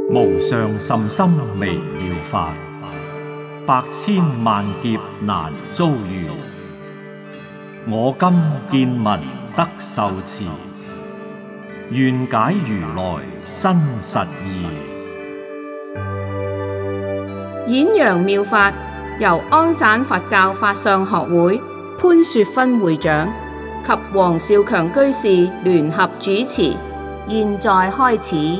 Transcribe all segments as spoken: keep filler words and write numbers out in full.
無上甚深微妙法，百千萬劫難遭遇。我今見聞得受持，願解如來真實義。 演揚妙法由安省佛教法相學會潘雪芬會長及黃少強居士聯合主持，現在開始。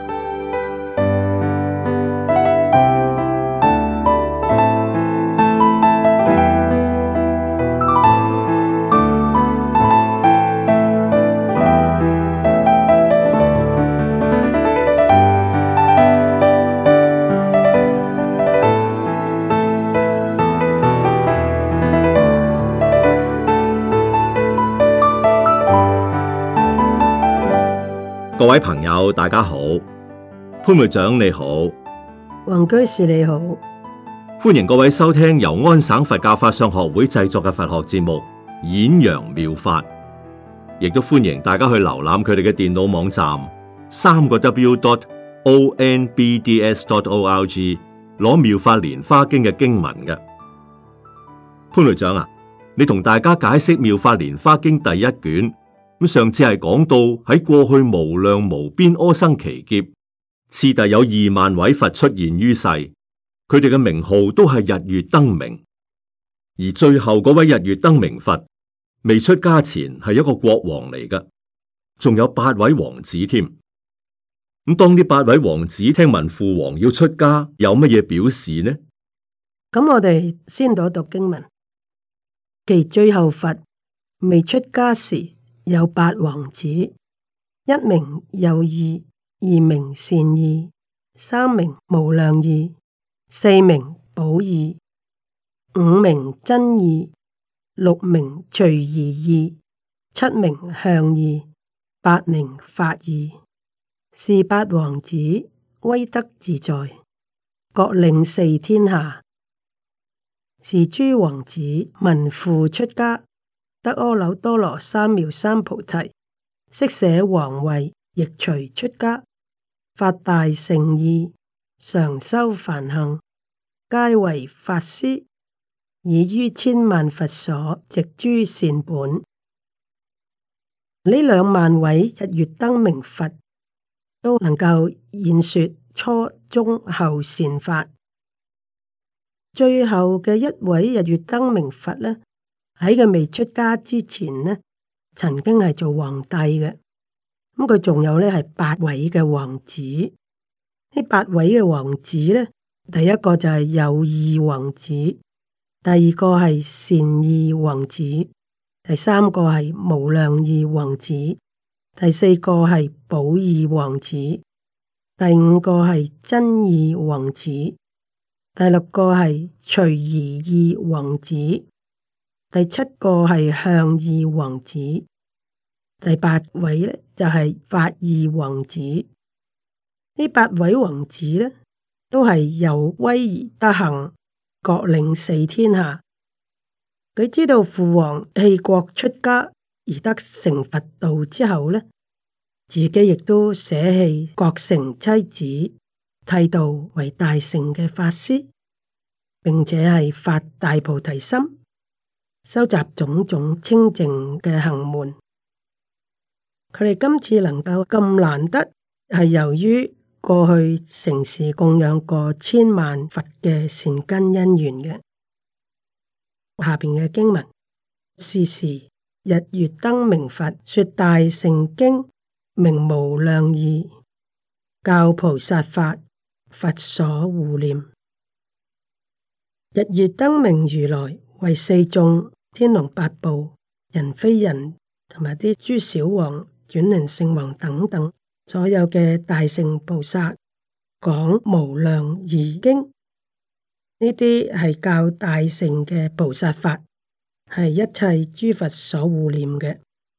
各位朋友，大家好，潘會長你好， 黃居士你好， 歡迎各位收聽由安省佛教法相學會製作嘅佛學節目《演揚妙法》，亦都歡迎大家去瀏覽佢哋嘅電腦網站三個 W dot O N B D S dot O R G 攞妙法蓮花經嘅經文嘅。潘會長啊，你同大家解釋妙法蓮花經第一卷。咁上次係講到喺過去無量無邊阿僧祇劫，次第有二萬位佛出現於世，佢哋嘅名號都係日月燈明。而最後嗰位日月燈明佛未出家前係一個國王嚟㗎，仲有八位王子添。咁當呢八位王子聽聞父王要出家，有乜嘢表示呢？ 咁我哋先讀一讀經文。其最後佛未出家時，有八王子，一名有義，二名善義，三名無量義，四名寶義，五名真義，六名隨宜義，七名向義，八名法義。是八王子威德自在，各領四天下。是諸王子聞父出家，得阿耨多羅三藐三菩提，悉捨王位，亦隨出家，發大乘意，常修梵行，皆為法師，以於千萬佛所植諸善本。呢兩萬位日月燈明佛都能夠演說初中後善法。最後嘅一位日月燈明佛呢，喺佢未出家之前呢，曾經係做皇帝嘅。咁佢仲有呢係八位嘅王子。呢八位嘅王子呢，第一個就係有義王子，第二個係善義王子，第三個係無量義王子，第四個係寶義王子，第五個係真義王子，第六個係隨宜義王子，第七個係向義王子，第八位呢就係法義王子。呢八位王子呢都係有威儀德行，各領四天下。佢知道父王棄國出家而得成佛道之後呢，自己亦都捨棄國城妻子，剃度為大乘嘅法師，並且係發大菩提心，收集種種清淨嘅行門。佢哋今次能夠咁難得，係由於過去承事供養過千萬佛嘅善根因緣嘅。下邊嘅經文，是時日月燈明佛說大乘經，名無量義，教菩薩法，佛所護念。日月燈明如來為四眾天龍八部、人非人同埋啲諸小王、轉輪聖王等等所有嘅大乘菩薩講無量義經，呢啲係教大乘嘅菩薩法，係一切諸佛所護念嘅。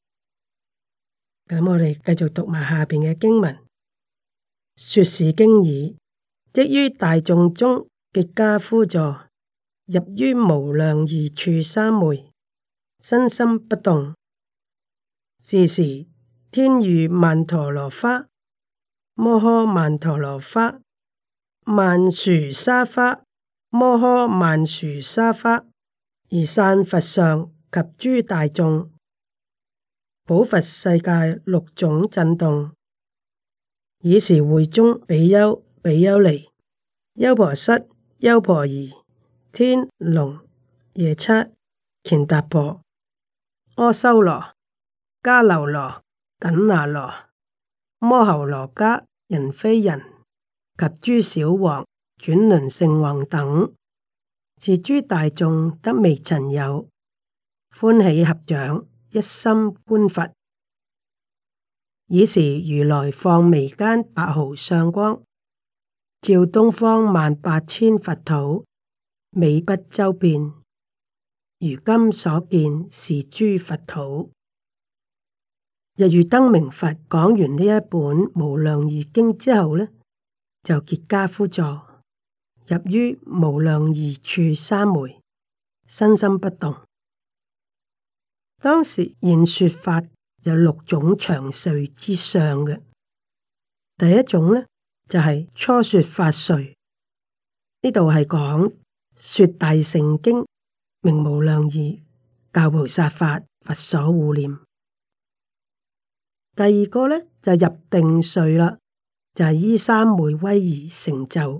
咁我哋繼續讀埋下邊嘅經文，說是經已，即於大眾中結跏趺坐，入於無量義處三昧，身心不動。是時天雨曼陀羅花， 摩訶曼陀羅花、曼殊沙花、摩訶曼殊沙花，而散佛上及諸大眾，普佛世界六種震動。爾時會中比丘、比丘尼、優婆塞、優婆夷、天龍、夜叉、乾達婆、阿修羅、迦樓羅、緊那羅、摩睺羅伽、人非人及諸小王、轉輪聖王等，是諸大眾得未曾有，歡喜合掌，一心觀佛。爾時如來放眉間白毫相光，照東方萬八千佛土，美不周遍。如今所見是諸佛土。日月燈明佛講完呢一本無量義經之後呢，就結跏趺坐，入於無量義處三昧，身心不動。當時現說法有六種長睡之相嘅。第一種呢，就係、是、初說法睡，呢度係講說大乘經，名無量義，教菩薩法，佛所護念。第二個呢，就入定睡啦，就係、是、依三昧威儀成就。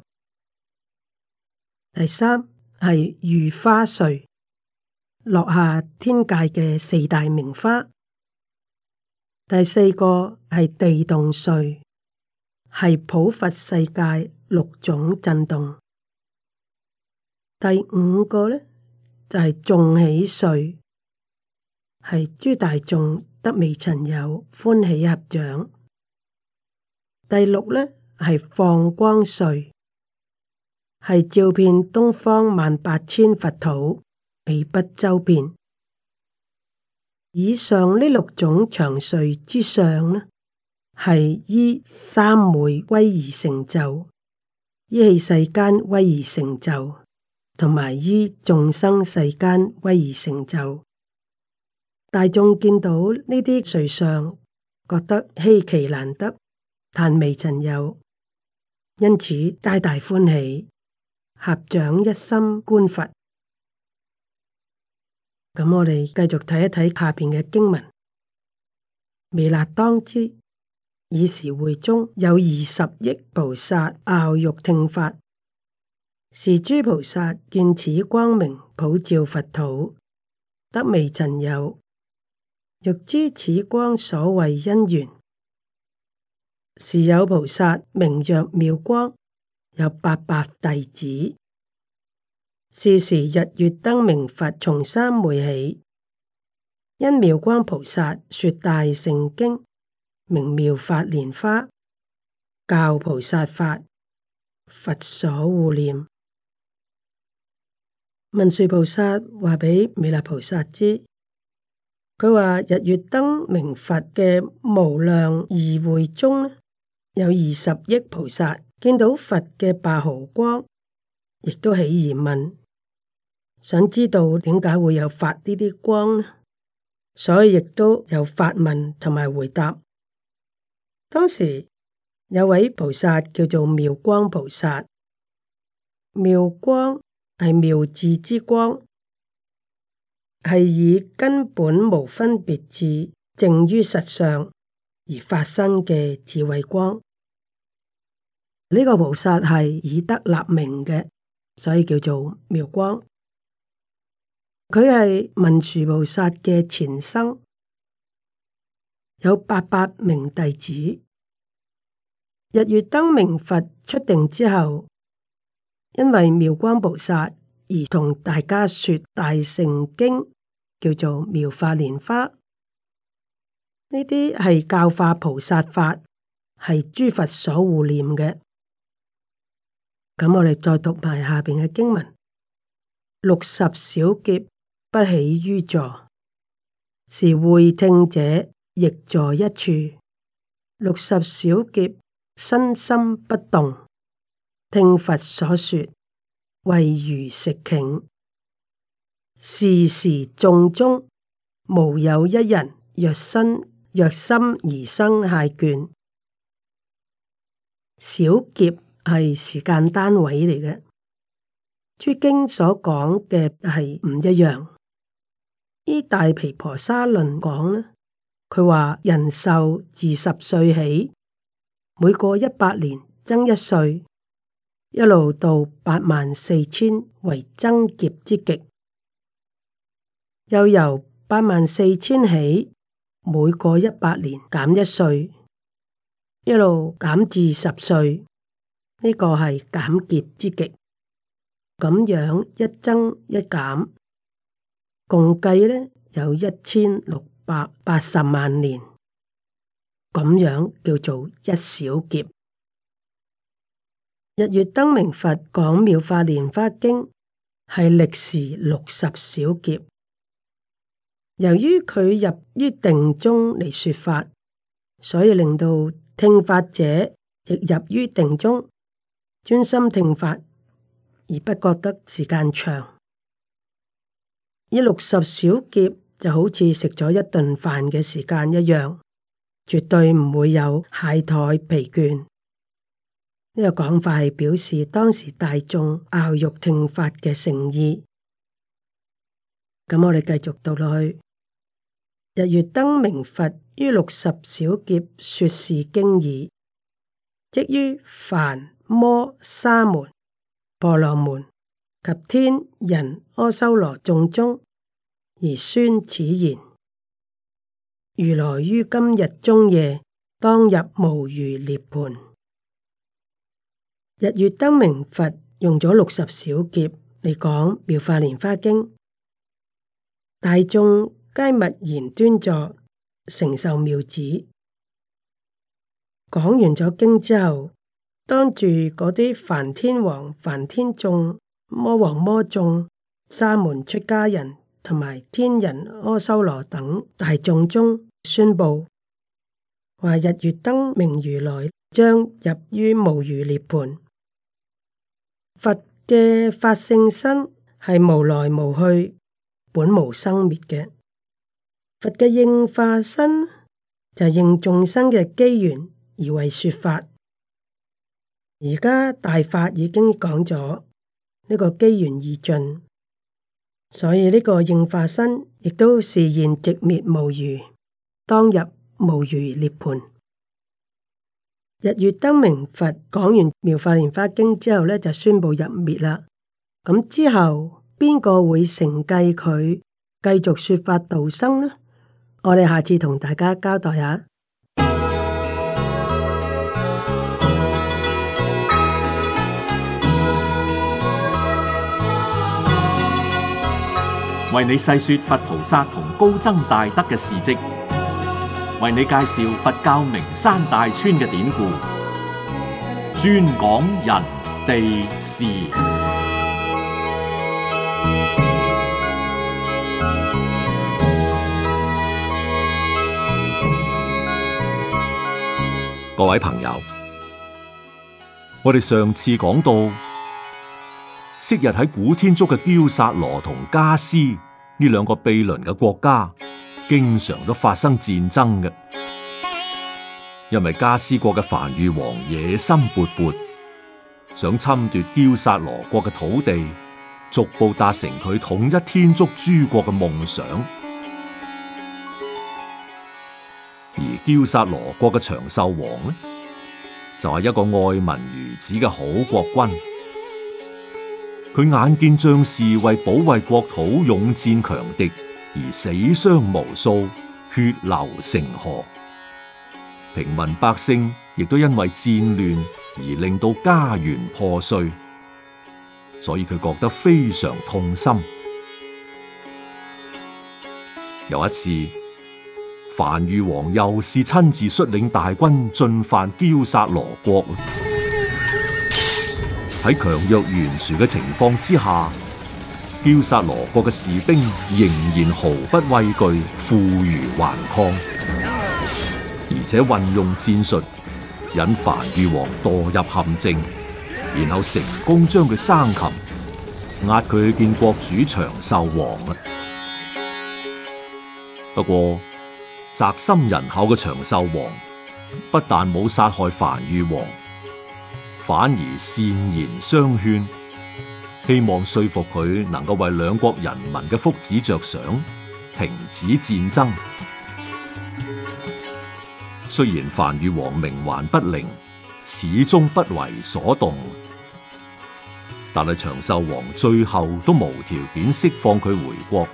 第三係喻花睡，落下天界嘅四大名花。第四個係地動睡，係普佛世界六種震動。第五個呢，就係、是、眾喜睡，係諸大眾得未曾有，歡喜合掌。第六呢，係放光睡，係照遍東方萬八千佛土，美不周遍。以上呢六種長睡之相呢，係依三昧威儀成就，依器世間威儀成就，同埋依眾生世間威儀成就。大眾見到呢啲睡相，覺得稀奇難得，但未曾有，因此皆大歡喜，合掌一心觀佛。咁我哋繼續睇一睇下邊嘅經文。彌勒當知，爾時會中有二十億菩薩樂欲聽法，是諸菩薩見此光明普照佛土，得未曾有，欲知此光所為因緣。時有菩薩名曰妙光，有八百弟子。是時日月燈明佛從三昧起，因妙光菩薩說大乘經，名妙法蓮花，教菩薩法，佛所護念。文殊菩薩話畀彌勒菩薩知，佢話日月燈明佛嘅無量義會中有二十億菩薩見到佛嘅白毫光，亦都起疑問，想知道點解會有發呢啲光呢？所以亦都有發問同埋回答。當時有位菩薩叫做妙光菩薩，妙光係妙智之光，係以根本無分別智正於實相而發生嘅智慧光。呢、這個菩薩係以德立名嘅，所以叫做妙光。佢係文殊菩薩嘅前生，有八百名弟子。日月燈明佛出定之後，因為妙光菩薩而同大家說大乘經，叫做妙法蓮花。呢啲係教化菩薩法，係諸佛所護念嘅。咁我哋再讀埋下邊嘅經文：六十小劫不起於座，是會聽者亦在一處。六十小劫身心不動，聽佛所說，謂如食頃。是時眾中無有一人若身若心而生懈倦。 小劫係時間單位嚟嘅。諸經所講嘅係唔一樣。依大毗婆沙論講呢，佢話人壽自十歲起，每過一百年增一歲，一路到八萬四千為增劫之極。又由八萬四千起，每過一百年減一歲，一路減至十歲，呢、這個係減劫之極。咁樣一增一減，共計呢有一千六百八十萬年，咁樣叫做一小劫。日月燈明佛講妙法蓮華經係歷時六十小劫。由於佢入於定中嚟說法，所以令到聽法者亦入於定中，專心聽法，而不覺得時間長。以六十小劫就好似食咗一頓飯嘅時間一樣，絕對唔會有懈怠疲倦。呢、這個講法係表示當時大眾拗欲聽法嘅誠意。咁我哋繼續讀落去。日月燈明佛於六十小劫說是經已，即於梵摩沙門、婆羅門及天人阿修羅眾中而宣此言：如來於今日中夜當入無餘涅槃。日月燈明佛用咗六十小劫嚟講妙法蓮華經，大眾皆默然端坐，承受妙旨。講完咗經之後，當住嗰啲梵天王、梵天眾、魔王、魔眾、沙門出家人同埋天人、阿修羅等大眾中宣布，話日月燈明如來將入於無餘涅槃。佛嘅法性身係無來無去、本無生滅嘅。佛嘅應化身就係應眾生嘅機緣而為說法。而家大法已經講咗呢個機緣已盡，所以呢個應化身亦都示現寂滅無餘，當入無餘涅槃。日月燈明佛講完妙法蓮華經之後呢，就宣布入滅啦。咁之後邊個會承繼佢繼續說法度生呢？我哋下次同大家交代下。 為你細說佛菩薩同高僧大德嘅事跡，為你介紹佛教名山大川嘅典故，專講人地事。 各位朋友，我哋上次講到，昔日喺古天竺嘅憍薩羅同迦尸呢兩個毗鄰嘅國家，經常都發生戰爭嘅。因為迦尸國嘅梵豫王野心勃勃，想侵奪憍薩羅國嘅土地，逐步達成佢統一天竺諸國嘅夢想。而憍薩羅國嘅長壽王呢，就係、是、一個愛民如子嘅好國君。佢眼見將士為保衛國土勇戰強敵而死傷無數，血流成河，平民百姓亦都因為戰亂而令到家園破碎，所以佢覺得非常痛心。有一次，梵豫王又是親自率領大軍進犯憍薩羅國。喺強弱懸殊嘅情況之下，憍薩羅國嘅士兵仍然毫不畏懼，負隅頑抗，而且運用戰術引梵豫王墮入陷阱，然後成功將佢生擒，押佢去見國主長壽王啦。不過宅心仁厚嘅長壽王不但冇殺害梵豫王， 反而善言相勸，希望說服佢能夠為兩國人民嘅福祉着想，停止戰爭。雖然梵豫王冥頑不靈，始終不為所動，但係長壽王最後都無條件釋放佢回國。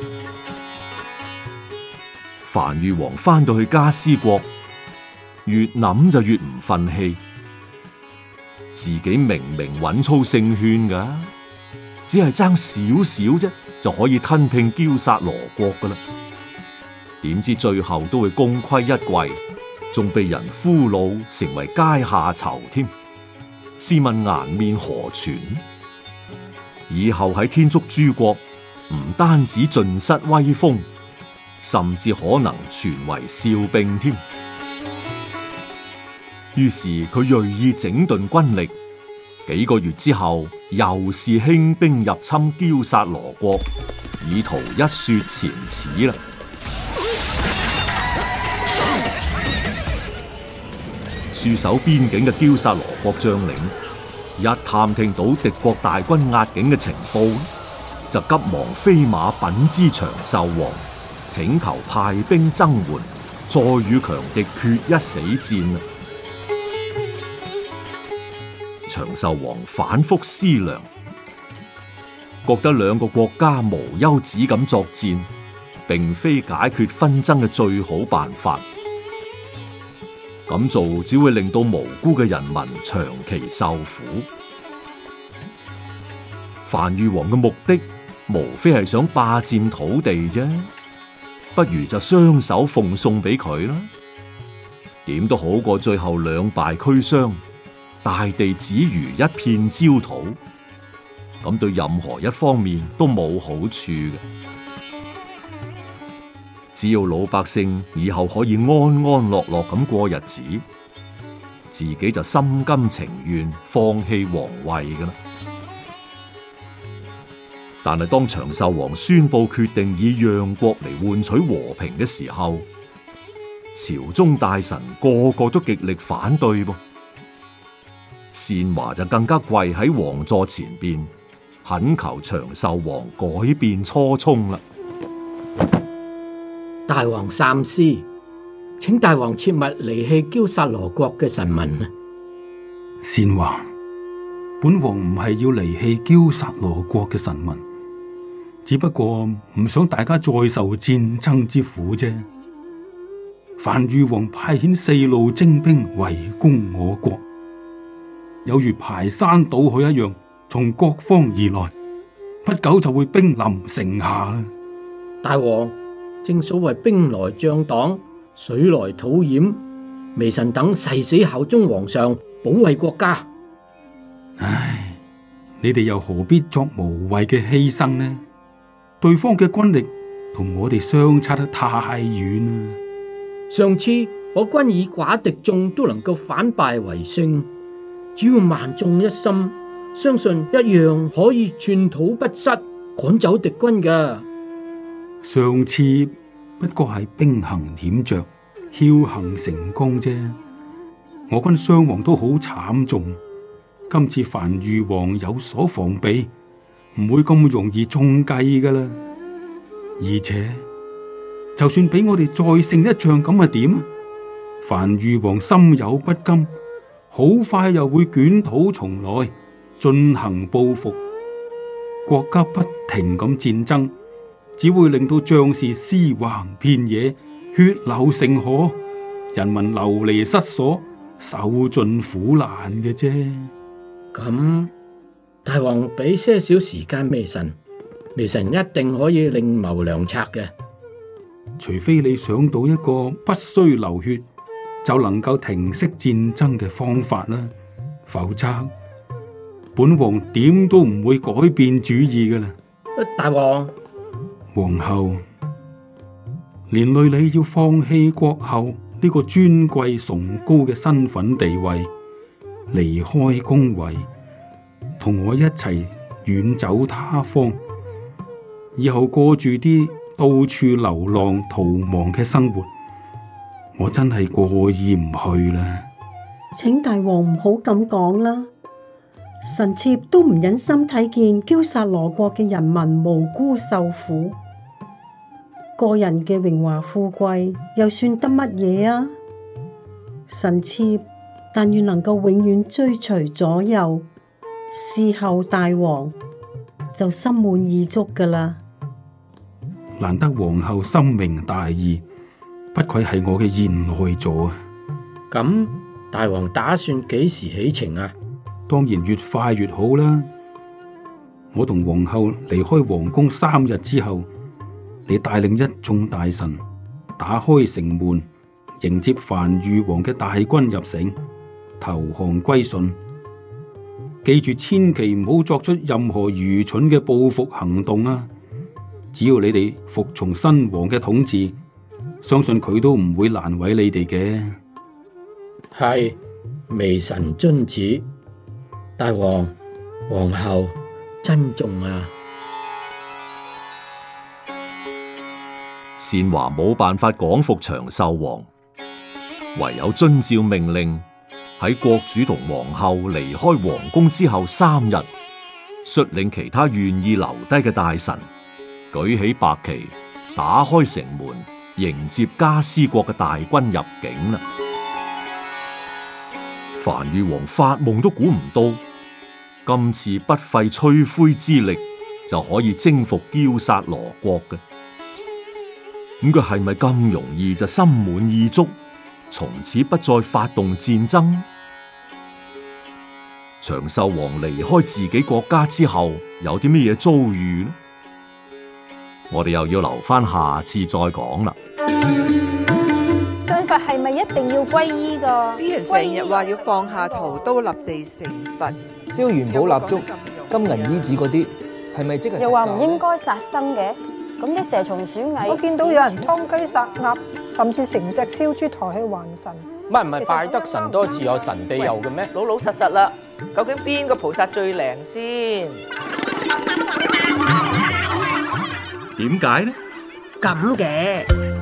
梵豫王翻到去迦尸國，越諗就越唔忿氣，自己明明穩操勝券噶，只係爭少少啫，就可以吞併憍薩羅國噶啦。點知最後都會功虧一簣，仲被人俘虜成為階下囚添。試問顏面何存？以後喺天竺諸國，唔單止盡失威風，甚至可能傳為笑柄添。於是佢銳意整頓軍力，幾個月之後又是興兵入侵憍薩羅國，以圖一雪前恥啦。駐守邊境嘅憍薩羅國將領一探聽到敵國大軍壓境嘅情報，就急忙飛馬稟知長壽王，請求派兵增援，再與強敵決一死戰。長壽王反覆思量，覺得兩個國家無休止咁作戰，並非解決紛爭嘅最好辦法。咁做只會令到無辜嘅人民長期受苦。梵豫王嘅目的無非係想霸佔土地啫，不如就雙手奉送俾佢啦。點都好過最後兩敗俱傷，大地只餘一片焦土。咁對任何一方面都冇好處嘅。只要老百姓以後可以安安樂樂咁過日子，自己就心甘情願放棄皇位㗎喇。但係當長壽王宣布決定以讓國嚟換取和平嘅時候，朝中大臣個個都極力反對噃。善華就更加跪喺王座前邊，懇求長壽王改變初衷啦。 大王三思，請大王切勿離棄憍薩羅國嘅臣民啊！ 善華，本王唔係要離棄憍薩羅國嘅臣民，只不過唔想大家再受戰爭之苦啫。梵豫王派遣四路精兵圍攻我國，有如排山倒海一樣，從各方而來，不久就會兵臨城下啦。 大王，正所謂兵來將擋，水來土掩，微臣等誓死效忠皇上，保衛國家。 唉，你哋又何必作無謂嘅犧牲呢？對方嘅軍力同我哋相差得太遠啦。 上次我軍以寡敵眾都能夠反敗為勝，只要萬眾一心，相信一樣可以寸土不失，趕走敵軍㗎。 上次不過係兵行險着，僥倖成功啫。我軍傷亡都好慘重，今次梵豫王有所防備，唔會咁容易中計噶啦。而且就算俾我哋再勝一仗咁啊點啊？梵豫王心有不甘，好快又會捲土重來，進行報復。國家不停咁戰爭，只會令到將士屍橫遍野，血流成河，人民流離失所，受盡苦難嘅啫。 咁大王俾些少時間微臣，微臣一定可以另謀良策嘅。 除非你想到一個不需流血就能夠停息戰爭嘅方法啦，否則本王點都唔會改變主意噶啦。 大王， 皇后，連累你要放棄國后呢個尊貴崇高嘅身份地位，離開宮位，同我一齊遠走他方，以後過住啲到處流浪逃亡嘅生活，我真係過意唔去啦。 請大王唔好咁講啦。臣妾都唔忍心睇見憍薩羅國嘅人民無辜受苦，個人嘅榮華富貴又算得乜嘢啊？臣妾但願能夠永遠追隨左右，侍候大王，就心滿意足噶啦。 難得皇后深明大義，不愧係我嘅賢內助啊！ 咁大王打算幾時起程啊？ 當然越快越好啦！我同皇后離開皇宮三日之後，你帶領一眾大臣打開城門，迎接梵豫王嘅大軍入城，投降歸順。記住，千祈唔好作出任何愚蠢嘅報復行動啊！只要你哋服從新王嘅統治，相信佢都唔會難為你哋嘅。 係，微臣遵旨。大王、皇后珍重啊！ 善華冇辦法趕赴長壽王，唯有遵照命令，喺國主同皇后離開皇宮之後三日，率領其他願意留低嘅大臣，舉起白旗，打開城門，迎接迦尸國嘅大軍入境啦。梵豫王發夢都估唔到，今次不費吹灰之力就可以征服憍薩羅國嘅。咁佢係咪咁容易就心滿意足，從此不再發動戰爭？長壽王離開自己國家之後，有啲乜嘢遭遇呢？我哋又要留翻下，下次再講啦。 信佛係咪一定要皈依㗎？ 啲人成日話要放下屠刀立地成佛， 燒元寶蠟燭、金銀衣紙嗰啲，係咪即係？ 又話唔應該殺生嘅，咁啲蛇蟲鼠蟻， 我見到有人劏雞殺鴨，甚至成隻燒豬抬去還神。 唔係唔係，拜得神多自有神庇佑嘅咩？ 老老實實啦，究竟邊個菩薩最靈先？ 點解呢？ 咁嘅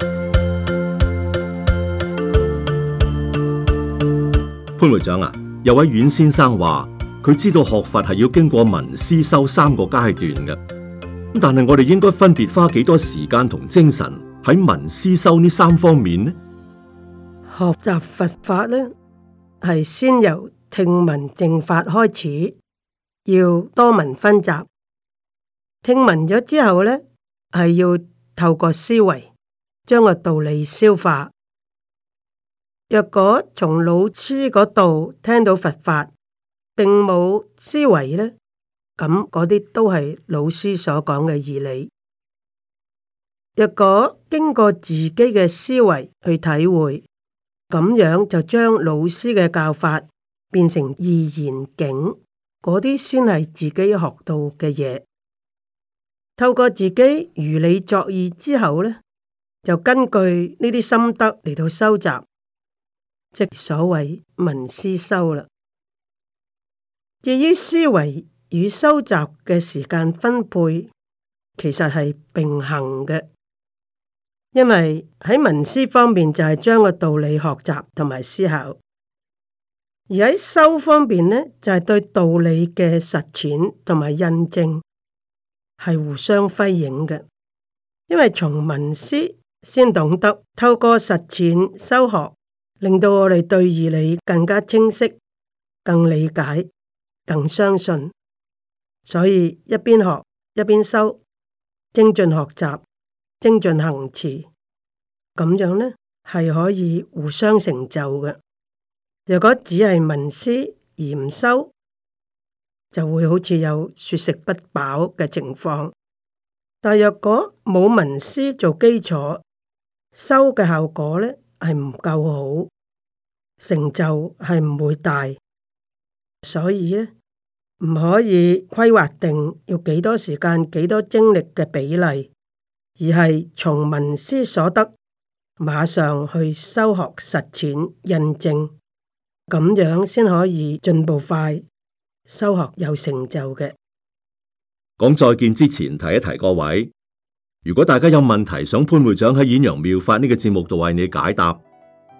潘會長啊，有位阮先生話佢知道學佛係要經過聞思修三個階段嘅，但係我哋應該分別花幾多時間同精神喺聞思修呢三方面呢？ 學習佛法呢，係先由聽聞正法開始，要多聞分集。聽聞咗之後呢，係要透過思維將個道理消化。若果從老師嗰度聽到佛法，並冇思維呢，咁嗰啲都係老師所講嘅義理。若果經過自己嘅思維去體會，咁樣就將老師嘅教法變成義言境，嗰啲先係自己學到嘅嘢。透過自己如理作意之後呢，就根據呢啲心得嚟到收集，即所謂聞思修啦。至於思維與收集嘅時間分配，其實係並行嘅。因為喺聞思方面就係將個道理學習同埋思考，而喺修方面呢，就係對道理嘅實踐同埋印證係互相輝映嘅。因為從聞思先懂得透過實踐修學，令到我哋對義理更加清晰、更理解、更相信。所以一邊學一邊修，精進學習，精進行持，咁樣呢係可以互相成就嘅。如果只係聞思而唔修，就會好似有說食不飽嘅情況。但若果冇聞思做基礎，修嘅效果呢係唔夠好，成就係唔會大。所以呢，唔可以規劃定要幾多時間、幾多精力嘅比例，而係從聞思所得，馬上去修學實踐印證，咁樣先可以進步快，修學有成就嘅。 講再見之前，提一提各位，如果大家有問題想潘會長喺《演揚妙法》呢個節目度為你解答，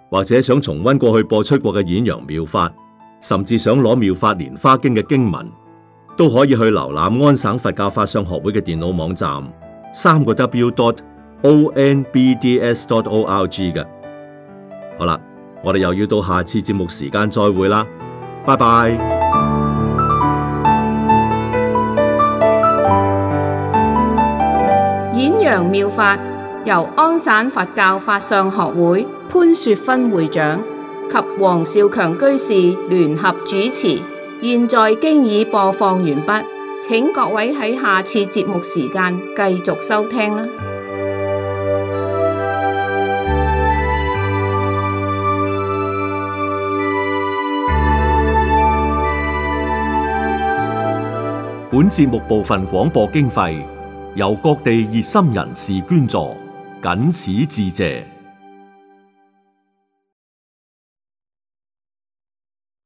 或者想重溫過去播出過嘅演揚妙法，甚至想攞妙法蓮華經嘅經文，都可以去瀏覽安省佛教法相學會嘅電腦網站，三個 W dot O N B D S dot O R G 嘅。好啦，我哋又要到下次節目時間再會啦，拜拜。 演揚妙法由安省佛教法相學會潘雪芬會長及黃少強居士聯合主持，現在經已播放完畢，請各位喺下次節目時間繼續收聽啦。 本節目部分廣播經費由各地熱心人士捐助，謹此致謝。